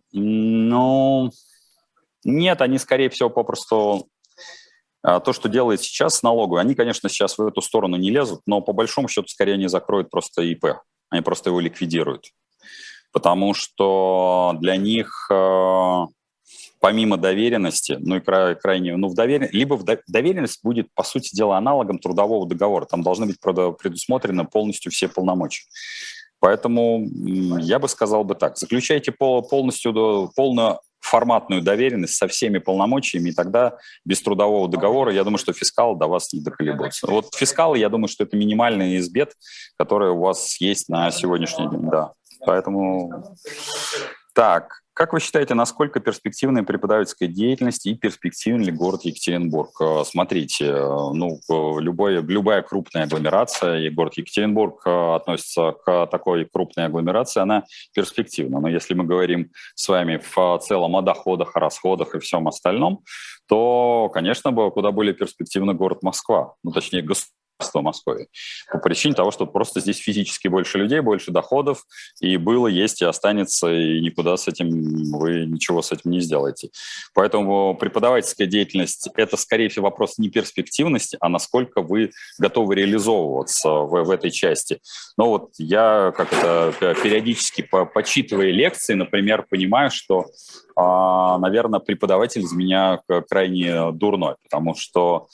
нет, они, скорее всего, попросту... То, что делает сейчас налоговые, они, конечно, сейчас в эту сторону не лезут, но по большому счету скорее они закроют просто ИП, они просто его ликвидируют. Потому что для них... помимо доверенности, доверенность будет, по сути дела, аналогом трудового договора. Там должны быть предусмотрены полностью все полномочия. Поэтому я бы сказал бы так. Заключайте полноформатную доверенность со всеми полномочиями, и тогда без трудового договора, я думаю, что фискалы до вас не доколебутся. Вот фискалы, я думаю, что это минимальный из бед, которые у вас есть на сегодняшний день. Да. Поэтому... Так, как вы считаете, насколько перспективная преподавательская деятельность и перспективен ли город Екатеринбург? Смотрите, любая крупная агломерация, и город Екатеринбург относится к такой крупной агломерации, она перспективна. Но если мы говорим с вами в целом о доходах, о расходах и всем остальном, то, конечно, куда более перспективный город Москва, точнее, государство Москвы. По причине того, что просто здесь физически больше людей, больше доходов, и было, есть и останется, и никуда с этим, вы ничего с этим не сделаете. Поэтому преподавательская деятельность – это, скорее всего, вопрос не перспективности, а насколько вы готовы реализовываться в этой части. Но вот я периодически, почитывая лекции, например, понимаю, что наверное, преподаватель из меня крайне дурной, потому что,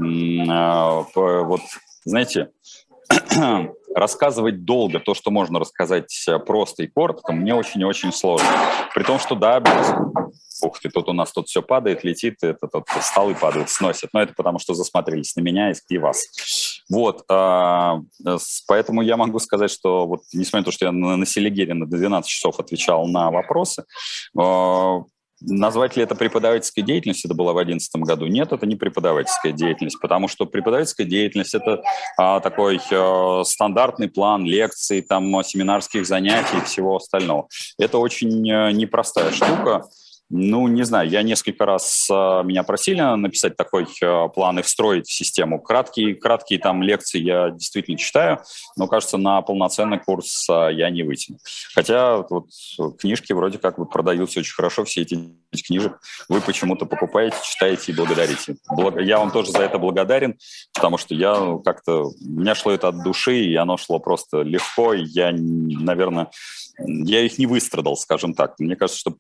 знаете, рассказывать долго то, что можно рассказать просто и коротко, мне очень и очень сложно. При том, что да, ух ты, тут у нас все падает, летит, столы падают, сносят. Но это потому, что засмотрелись на меня и вас. Поэтому я могу сказать, что несмотря на то, что я на Селигере на 12 часов отвечал на вопросы, назвать ли это преподавательской деятельностью, это было в 2011 году? Нет, это не преподавательская деятельность, потому что преподавательская деятельность – это такой стандартный план лекций, семинарских занятий и всего остального. Это очень непростая штука. Не знаю, я несколько раз меня просили написать такой план и встроить в систему. Краткие лекции я действительно читаю, но, кажется, на полноценный курс я не вытяну. Хотя книжки вроде как продаются очень хорошо, все эти книжек вы почему-то покупаете, читаете и благодарите. Я вам тоже за это благодарен, потому что у меня шло это от души, и оно шло просто легко, и я их не выстрадал, скажем так. Мне кажется, что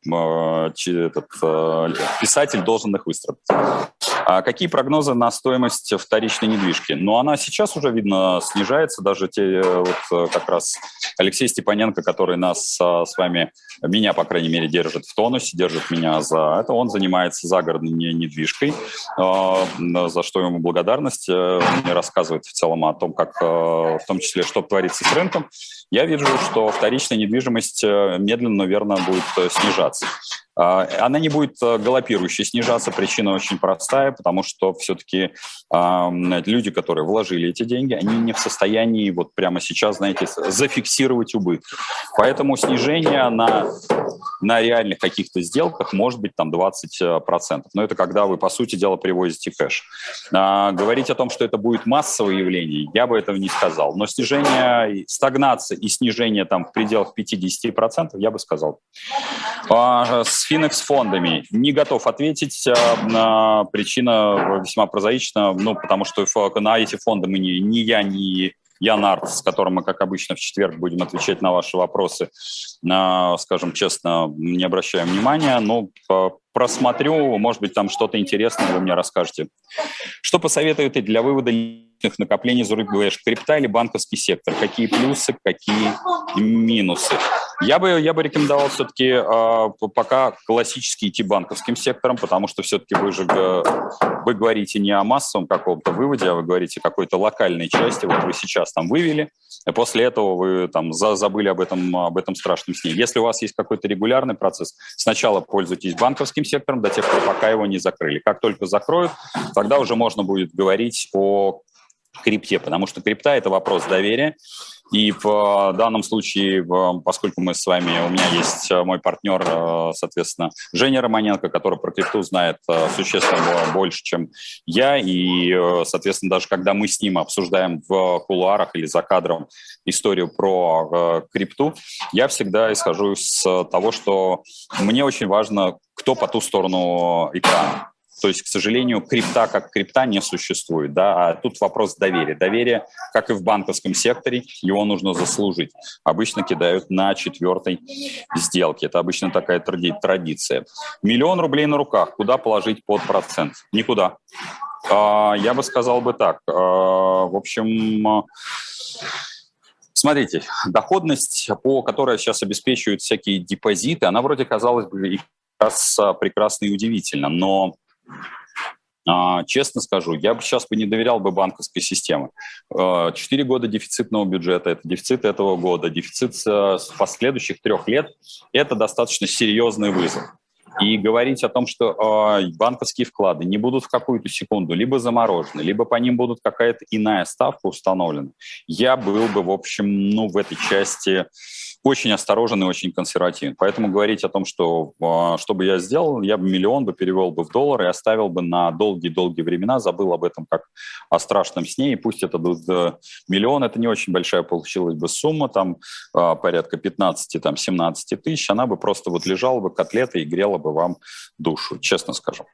писатель должен их выстрадать. Какие прогнозы на стоимость вторичной недвижки? Она сейчас уже, видно, снижается. Даже как раз Алексей Степаненко, который меня, по крайней мере, держит в тонусе, держит меня за это. Он занимается загородной недвижкой, за что ему благодарность. Он мне рассказывает в целом о том, как, в том числе, что творится с рынком. Я вижу, что вторичная недвижимость медленно, наверное, будет снижаться. Она не будет галопирующе снижаться. Причина очень простая, потому что все-таки люди, которые вложили эти деньги, они не в состоянии прямо сейчас, зафиксировать убытки. Поэтому снижение на реальных каких-то сделках может быть 20%. Но это когда вы, по сути дела, привозите кэш. Говорить о том, что это будет массовое явление, я бы этого не сказал. Но стагнация и снижение в пределах 50% я бы сказал. С Финекс-фондами не готов ответить. Причина весьма прозаична, потому что на эти фонды мы ни я, ни Ян Арт, с которым мы, как обычно, в четверг будем отвечать на ваши вопросы, скажем честно, не обращаем внимания, но просмотрю, может быть, там что-то интересное вы мне расскажете. Что посоветуете для вывода личных накоплений за рубеж? Крипта или банковский сектор? Какие плюсы, какие минусы? Я бы рекомендовал все-таки пока классически идти банковским сектором, потому что все-таки вы говорите не о массовом каком-то выводе, а вы говорите о какой-то локальной части. Вы сейчас вывели, и после этого вы забыли об этом страшном сне. Если у вас есть какой-то регулярный процесс, сначала пользуйтесь банковским сектором до тех пор, пока его не закрыли. Как только закроют, тогда уже можно будет говорить о крипте, потому что крипта – это вопрос доверия. И в данном случае, поскольку у меня есть мой партнер, соответственно, Женя Романенко, который про крипту знает существенно больше, чем я, и, соответственно, даже когда мы с ним обсуждаем в кулуарах или за кадром историю про крипту, я всегда исхожу из того, что мне очень важно, кто по ту сторону экрана. То есть, к сожалению, крипта как крипта не существует, да, а тут вопрос доверия. Доверие, как и в банковском секторе, его нужно заслужить. Обычно кидают на 4-й сделке. Это обычно такая традиция. 1 000 000 рублей на руках. Куда положить под процент? Никуда. Я бы сказал так. В общем... Смотрите, доходность, которой сейчас обеспечивают всякие депозиты, она вроде, казалось бы, и прекрасна и удивительна, но Честно скажу, я бы сейчас не доверял бы банковской системе. 4 года дефицитного бюджета, это дефицит этого года, дефицит с последующих 3 лет – это достаточно серьезный вызов. И говорить о том, что банковские вклады не будут в какую-то секунду либо заморожены, либо по ним будут какая-то иная ставка установлена, я был бы, в общем, в этой части очень осторожен и очень консервативен. Поэтому говорить о том, что бы я сделал, я бы миллион перевел бы в доллары и оставил бы на долгие-долгие времена, забыл об этом как о страшном сне, и пусть это миллион, это не очень большая получилась бы сумма, там порядка 15-17 тысяч, она бы просто лежала бы котлетой и грела бы вам душу, честно скажу.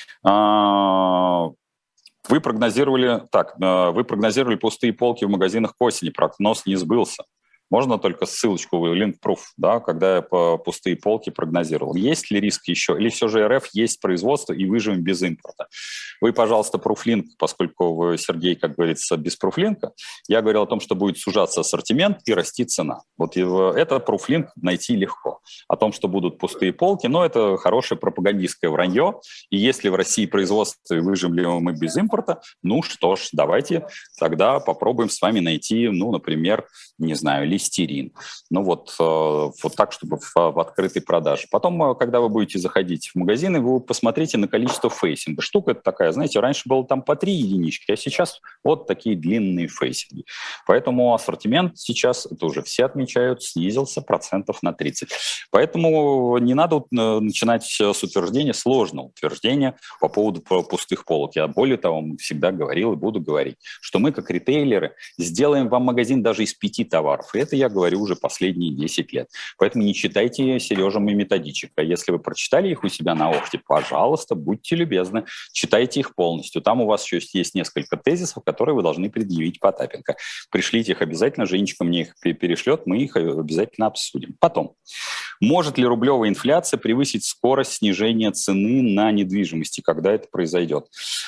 Вы прогнозировали пустые полки в магазинах к осени, прогноз не сбылся. Можно только ссылочку в Linkproof, да, когда я по пустые полки прогнозировал. Есть ли риск еще? Или все же РФ есть производство и выживем без импорта? Вы, пожалуйста, Proof-Link, поскольку вы, Сергей, как говорится, без Proof-Link, я говорил о том, что будет сужаться ассортимент и расти цена. Это Proof-Link найти легко. О том, что будут пустые полки, но это хорошее пропагандистское вранье. И если в России производство и выживем ли мы без импорта, что ж, давайте тогда попробуем с вами найти, например, не знаю, листерин. Вот так, чтобы в открытой продаже. Потом, когда вы будете заходить в магазины, вы посмотрите на количество фейсинга. Штука это такая, знаете, раньше было там по 3 единички, а сейчас вот такие длинные фейсинги. Поэтому ассортимент сейчас, это уже все отмечают, снизился процентов на 30. Поэтому не надо начинать с утверждения, сложного утверждения по поводу пустых полок. Я более того всегда говорил и буду говорить, что мы, как ритейлеры, сделаем вам магазин даже из 5 товаров. И это я говорю уже последние 10 лет. Поэтому не читайте Сережам и методичек. А если вы прочитали их у себя на Охте, пожалуйста, будьте любезны, читайте их полностью. Там у вас еще есть несколько тезисов, которые вы должны предъявить Потапенко. Пришлите их обязательно, Женечка мне их перешлет, мы их обязательно обсудим. Потом. Может ли рублевая инфляция превысить скорость снижения цены на недвижимости, когда это произойдет?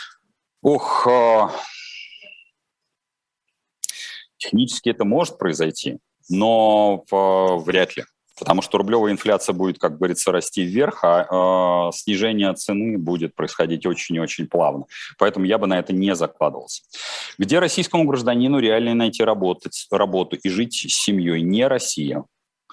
Технически это может произойти, но вряд ли. Потому что рублевая инфляция будет, как говорится, расти вверх, а снижение цены будет происходить очень и очень плавно. Поэтому я бы на это не закладывался. Где российскому гражданину реально найти работу и жить с семьей? Не Россия.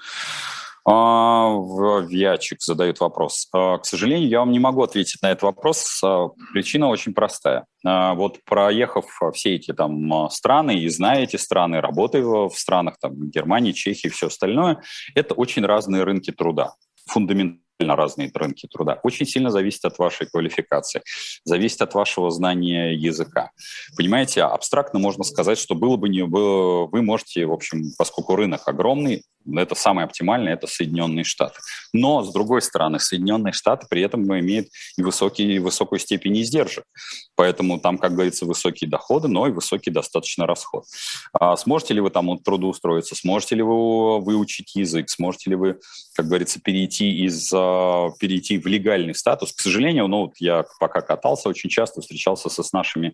Вячик задает вопрос. К сожалению, я вам не могу ответить на этот вопрос. Причина очень простая. Проехав все эти страны и зная эти страны, работая в странах Германии, Чехии и все остальное, это очень разные рынки труда, фундаментально разные рынки труда. Очень сильно зависит от вашей квалификации, зависит от вашего знания языка. Понимаете, абстрактно можно сказать, что вы можете, в общем, поскольку рынок огромный, это самое оптимальное, это Соединенные Штаты. Но, с другой стороны, Соединенные Штаты при этом имеют и высокую степень издержек. Поэтому там, как говорится, высокие доходы, но и высокий достаточно расход. Сможете ли вы там трудоустроиться? Сможете ли вы выучить язык? Сможете ли вы, как говорится, перейти в легальный статус? К сожалению, я пока катался, очень часто встречался со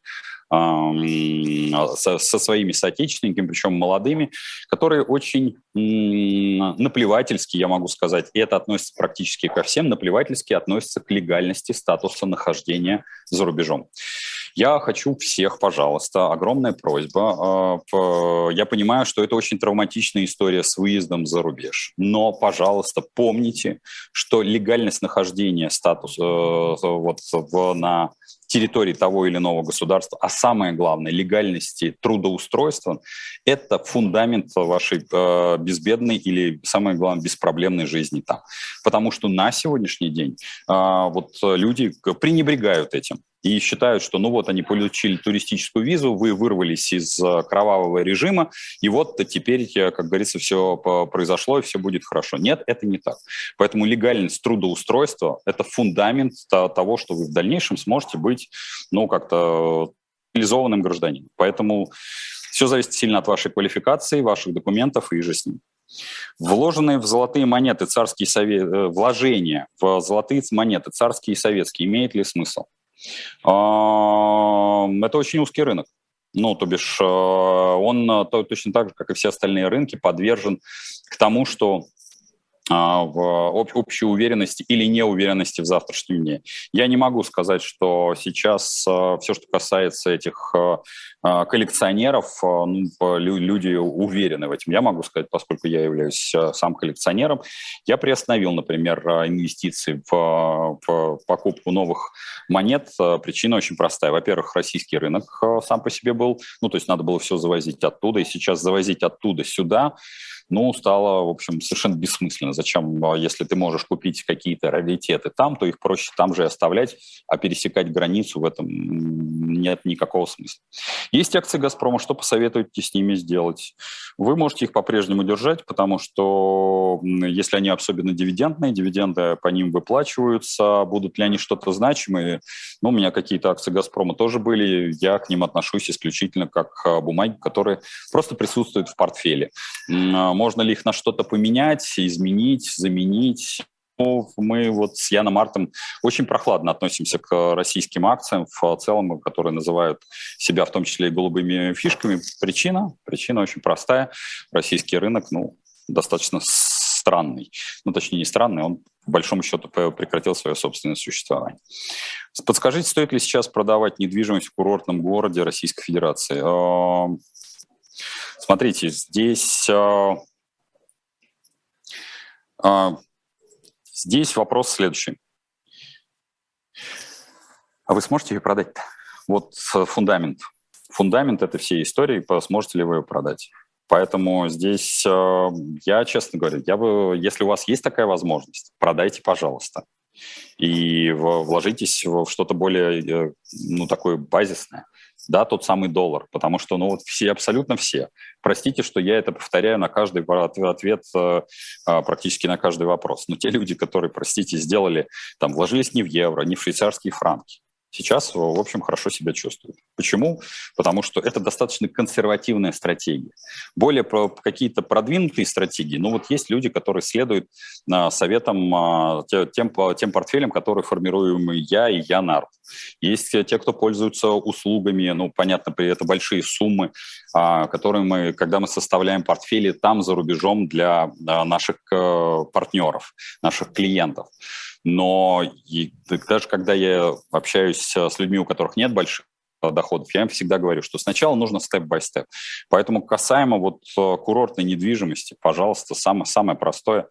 своими соотечественниками, причем молодыми, которые очень наплевательски, я могу сказать, и это относится практически ко всем, наплевательски относятся к легальности статуса нахождения за рубежом. Я хочу всех, пожалуйста, огромная просьба. Я понимаю, что это очень травматичная история с выездом за рубеж, но, пожалуйста, помните, что легальность нахождения статуса на территории того или иного государства, а самое главное, легальности трудоустройства, это фундамент вашей безбедной или, самое главное, беспроблемной жизни там. Потому что на сегодняшний день люди пренебрегают этим и считают, что они получили туристическую визу, вы вырвались из кровавого режима, и теперь, как говорится, все произошло, и все будет хорошо. Нет, это не так. Поэтому легальность трудоустройства – это фундамент того, что вы в дальнейшем сможете быть, как-то реализованным гражданином. Поэтому все зависит сильно от вашей квалификации, ваших документов и же с ним. Вложенные в золотые монеты вложения в золотые монеты царские и советские имеет ли смысл? Это очень узкий рынок. Он точно так же, как и все остальные рынки, подвержен к тому, что в общей уверенности или неуверенности в завтрашнем дне. Я не могу сказать, что сейчас все, что касается этих коллекционеров, люди уверены в этом. Я могу сказать, поскольку я являюсь сам коллекционером, я приостановил, например, инвестиции в покупку новых монет. Причина очень простая. Во-первых, российский рынок сам по себе был, то есть надо было все завозить оттуда, и сейчас завозить оттуда сюда, стало, в общем, совершенно бессмысленно. Зачем, если ты можешь купить какие-то раритеты там, то их проще там же и оставлять, а пересекать границу в этом нет никакого смысла. Есть акции «Газпрома». Что посоветуете с ними сделать? Вы можете их по-прежнему держать, потому что если они особенно дивидендные, дивиденды по ним выплачиваются, будут ли они что-то значимые? У меня какие-то акции «Газпрома» тоже были, я к ним отношусь исключительно как к бумаге, которые просто присутствуют в портфеле. Можно ли их на что-то поменять, изменить, заменить? Мы вот с Яном Артом очень прохладно относимся к российским акциям в целом, которые называют себя в том числе и голубыми фишками. Причина очень простая. Российский рынок, достаточно странный. Точнее, не странный, он по большому счету прекратил свое собственное существование. Подскажите, стоит ли сейчас продавать недвижимость в курортном городе Российской Федерации? Смотрите, здесь вопрос следующий. А вы сможете ее продать-то? Вот фундамент. Фундамент этой всей истории, сможете ли вы ее продать? Поэтому здесь я, честно говоря, если у вас есть такая возможность, продайте, пожалуйста. И вложитесь в что-то более, такое базисное. Да, тот самый доллар, потому что, все, абсолютно все. Простите, что я это повторяю на каждый ответ, практически на каждый вопрос. Но те люди, которые, простите, вложились не в евро, не в швейцарские франки, сейчас, в общем, хорошо себя чувствуют. Почему? Потому что это достаточно консервативная стратегия. Более какие-то продвинутые стратегии, есть люди, которые следуют советам, тем портфелям, которые формируем я и Ян Арт. Есть те, кто пользуются услугами, понятно, это большие суммы, которые когда мы составляем портфели там, за рубежом, для наших партнеров, наших клиентов. Но даже когда я общаюсь с людьми, у которых нет больших доходов, я им всегда говорю, что сначала нужно степ-бай-степ. Поэтому касаемо курортной недвижимости, пожалуйста, самое простое,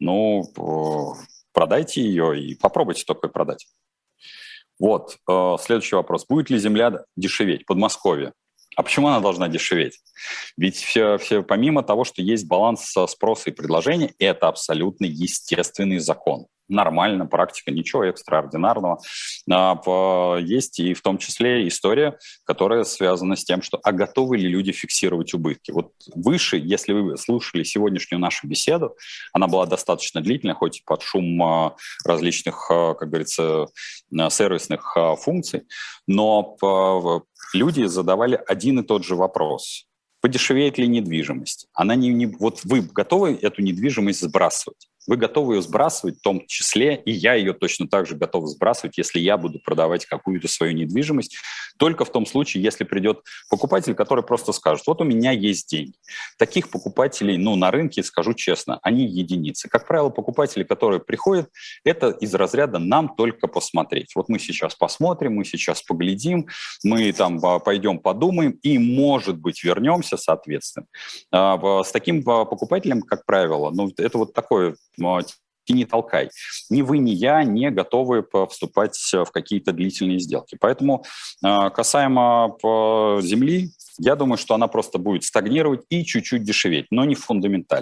продайте ее и попробуйте только продать. Следующий вопрос. Будет ли земля дешеветь? Подмосковье. А почему она должна дешеветь? Ведь все, помимо того, что есть баланс спроса и предложения, это абсолютно естественный закон. Нормально, практика, ничего экстраординарного. Есть и в том числе история, которая связана с тем, что готовы ли люди фиксировать убытки. Выше, если вы слушали сегодняшнюю нашу беседу, она была достаточно длительная, хоть и под шум различных, как говорится, сервисных функций, но люди задавали один и тот же вопрос. Подешевеет ли недвижимость? Вы готовы эту недвижимость сбрасывать? Вы готовы ее сбрасывать в том числе, и я ее точно так же готов сбрасывать, если я буду продавать какую-то свою недвижимость, только в том случае, если придет покупатель, который просто скажет, у меня есть деньги. Таких покупателей, на рынке, скажу честно, они единицы. Как правило, покупатели, которые приходят, это из разряда «нам только посмотреть». Мы сейчас посмотрим, мы сейчас поглядим, мы пойдем подумаем и, может быть, вернемся, соответственно. С таким покупателем, как правило, это такое... не толкай. Ни вы, ни я не готовы вступать в какие-то длительные сделки. Поэтому касаемо земли, я думаю, что она просто будет стагнировать и чуть-чуть дешеветь, но не фундаментально.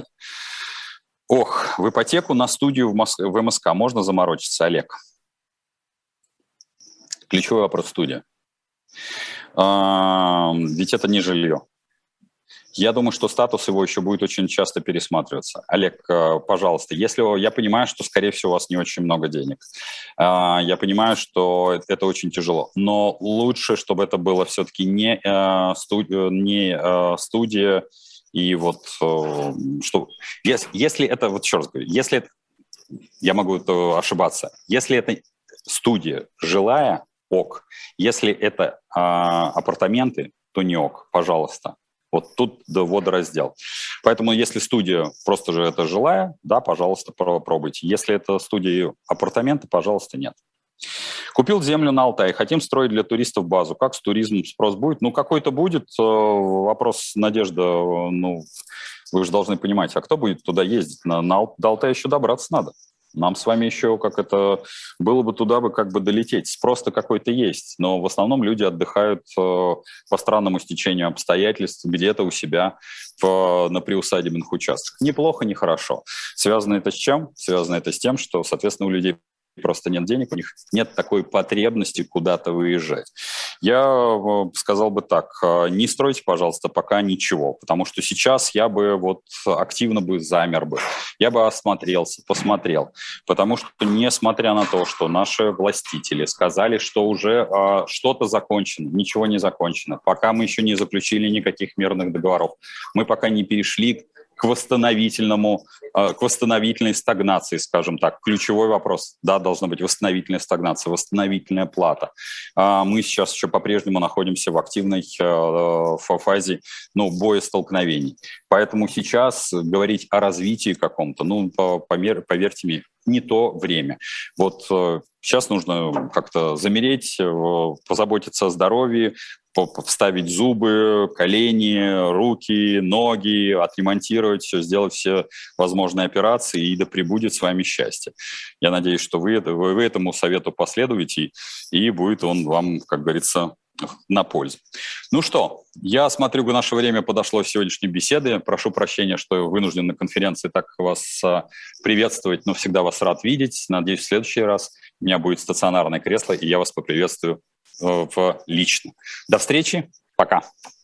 В ипотеку на студию в МСК можно заморочиться, Олег? Ключевой вопрос: студия. Ведь это не жилье. Я думаю, что статус его еще будет очень часто пересматриваться. Олег, пожалуйста, я понимаю, что, скорее всего, у вас не очень много денег. Я понимаю, что это очень тяжело. Но лучше, чтобы это было все-таки не студия. И если это, еще раз говорю, если это, я могу ошибаться, если это студия жилая, ок. Если это апартаменты, то не ок, пожалуйста. Вот тут да, водораздел. Поэтому если студия просто же это жилая, да, пожалуйста, пробуйте. Если это студия апартаменты, пожалуйста, нет. Купил землю на Алтае, хотим строить для туристов базу. Как с туризмом спрос будет? Ну, какой-то будет. Вопрос, Надежда, ну, вы же должны понимать, а кто будет туда ездить? До Алтая еще добраться надо. Нам с вами еще, как это, было бы туда бы как бы долететь. Спрос-то какой-то есть, но в основном люди отдыхают по странному стечению обстоятельств где-то у себя на приусадебных участках. Неплохо, нехорошо. Связано это с чем? Связано это с тем, что, соответственно, у людей просто нет денег, у них нет такой потребности куда-то выезжать. Я сказал бы так, не стройте, пожалуйста, пока ничего, потому что сейчас я бы вот активно бы замер бы, я бы осмотрелся, посмотрел, потому что несмотря на то, что наши властители сказали, что уже что-то закончено, ничего не закончено, пока мы еще не заключили никаких мирных договоров, мы пока не перешли к восстановительной стагнации, скажем так. Ключевой вопрос. Да, должна быть восстановительная стагнация, восстановительная плата. Мы сейчас еще по-прежнему находимся в активной фазе боестолкновений. Поэтому сейчас говорить о развитии каком-то, поверьте мне, не то время. Вот сейчас нужно как-то замереть, позаботиться о здоровье, вставить зубы, колени, руки, ноги, отремонтировать все, сделать все возможные операции, и да пребудет с вами счастье. Я надеюсь, что вы этому совету последуете, и будет он вам, как говорится, на пользу. Ну что, я смотрю, наше время подошло в сегодняшней беседе. Прошу прощения, что вынужден на конференции так вас приветствовать, но всегда вас рад видеть. Надеюсь, в следующий раз у меня будет стационарное кресло, и я вас поприветствую лично. До встречи. Пока.